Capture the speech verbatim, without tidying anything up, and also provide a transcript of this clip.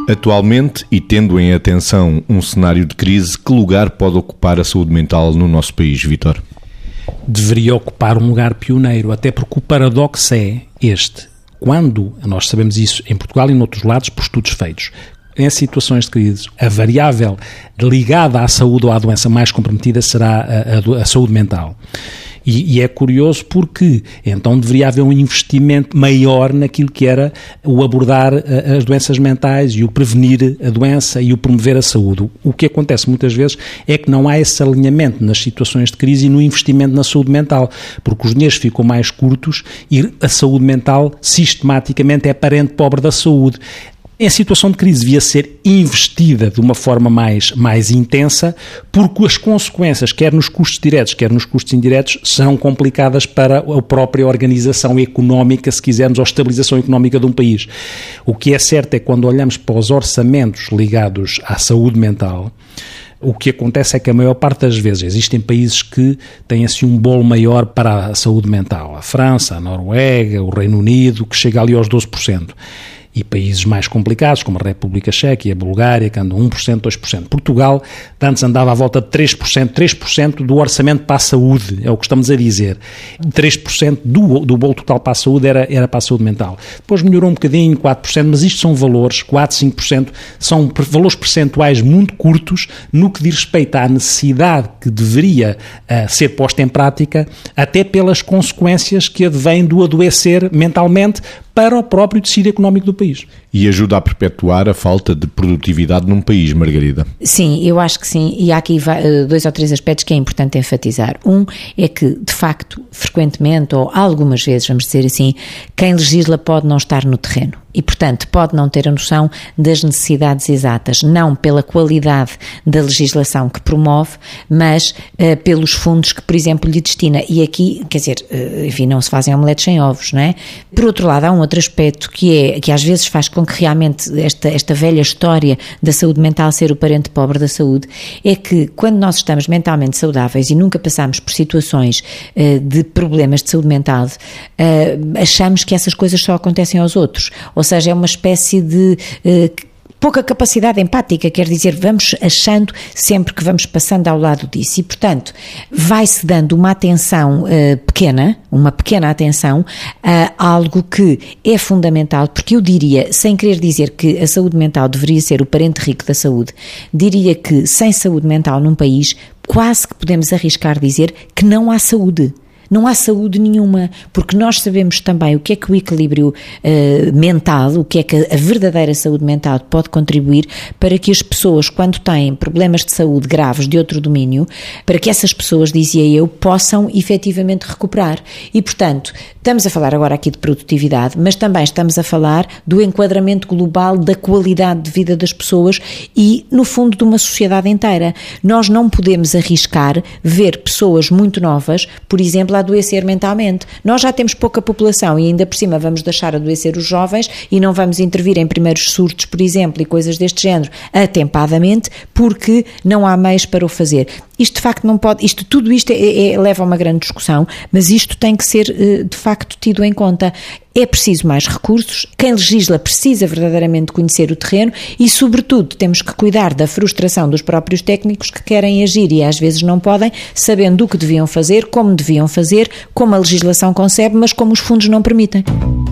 Atualmente, e tendo em atenção um cenário de crise, que lugar pode ocupar a saúde mental no nosso país, Vítor? Deveria ocupar um lugar pioneiro, até porque o paradoxo é este. Quando, nós sabemos isso em Portugal e noutros lados por estudos feitos, em situações de crise, a variável ligada à saúde ou à doença mais comprometida será a, a, a saúde mental. E, e é curioso porque então deveria haver um investimento maior naquilo que era o abordar as doenças mentais e o prevenir a doença e o promover a saúde. O que acontece muitas vezes é que não há esse alinhamento nas situações de crise e no investimento na saúde mental, porque os dinheiros ficam mais curtos e a saúde mental sistematicamente é parente pobre da saúde. Em situação de crise devia ser investida de uma forma mais, mais intensa, porque as consequências, quer nos custos diretos, quer nos custos indiretos, são complicadas para a própria organização económica, se quisermos, ou estabilização económica de um país. O que é certo é que quando olhamos para os orçamentos ligados à saúde mental, o que acontece é que a maior parte das vezes existem países que têm assim um bolo maior para a saúde mental. A França, a Noruega, o Reino Unido, que chega ali aos doze por cento. E países mais complicados, como a República Checa e a Bulgária, que andam um por cento, dois por cento. Portugal, antes andava à volta de três por cento, três por cento do orçamento para a saúde, é o que estamos a dizer. três por cento do, do bolo total para a saúde era, era para a saúde mental. Depois melhorou um bocadinho, quatro por cento, mas isto são valores, quatro, cinco por cento, são valores percentuais muito curtos no que diz respeito à necessidade que deveria uh, ser posta em prática, até pelas consequências que advêm do adoecer mentalmente para o próprio tecido económico do país. E ajuda a perpetuar a falta de produtividade num país, Margarida? Sim, eu acho que sim, e há aqui dois ou três aspectos que é importante enfatizar. Um é que, de facto, frequentemente, ou algumas vezes, vamos dizer assim, quem legisla pode não estar no terreno. E, portanto, pode não ter a noção das necessidades exatas, não pela qualidade da legislação que promove, mas uh, pelos fundos que, por exemplo, lhe destina. E aqui, quer dizer, uh, enfim, não se fazem omeletes sem ovos, não é? Por outro lado, há um outro aspecto que é, que às vezes faz com que realmente esta, esta velha história da saúde mental ser o parente pobre da saúde, é que quando nós estamos mentalmente saudáveis e nunca passamos por situações uh, de problemas de saúde mental, uh, achamos que essas coisas só acontecem aos outros. Ou seja, é uma espécie de uh, pouca capacidade empática, quer dizer, vamos achando sempre que vamos passando ao lado disso e, portanto, vai-se dando uma atenção uh, pequena, uma pequena atenção a algo que é fundamental, porque eu diria, sem querer dizer que a saúde mental deveria ser o parente rico da saúde, diria que sem saúde mental num país, quase que podemos arriscar dizer que não há saúde. Não há saúde nenhuma, porque nós sabemos também o que é que o equilíbrio uh, mental, o que é que a verdadeira saúde mental pode contribuir para que as pessoas, quando têm problemas de saúde graves de outro domínio, para que essas pessoas, dizia eu, possam efetivamente recuperar. E, portanto, estamos a falar agora aqui de produtividade, mas também estamos a falar do enquadramento global da qualidade de vida das pessoas e, no fundo, de uma sociedade inteira. Nós não podemos arriscar ver pessoas muito novas, por exemplo, a adoecer mentalmente. Nós já temos pouca população e ainda por cima vamos deixar adoecer os jovens e não vamos intervir em primeiros surtos, por exemplo, e coisas deste género, atempadamente, porque não há meios para o fazer. Isto de facto não pode, isto, tudo isto é, é, leva a uma grande discussão, mas isto tem que ser de facto tido em conta. É preciso mais recursos, quem legisla precisa verdadeiramente conhecer o terreno e, sobretudo, temos que cuidar da frustração dos próprios técnicos que querem agir e às vezes não podem, sabendo o que deviam fazer, como deviam fazer, como a legislação concebe, mas como os fundos não permitem.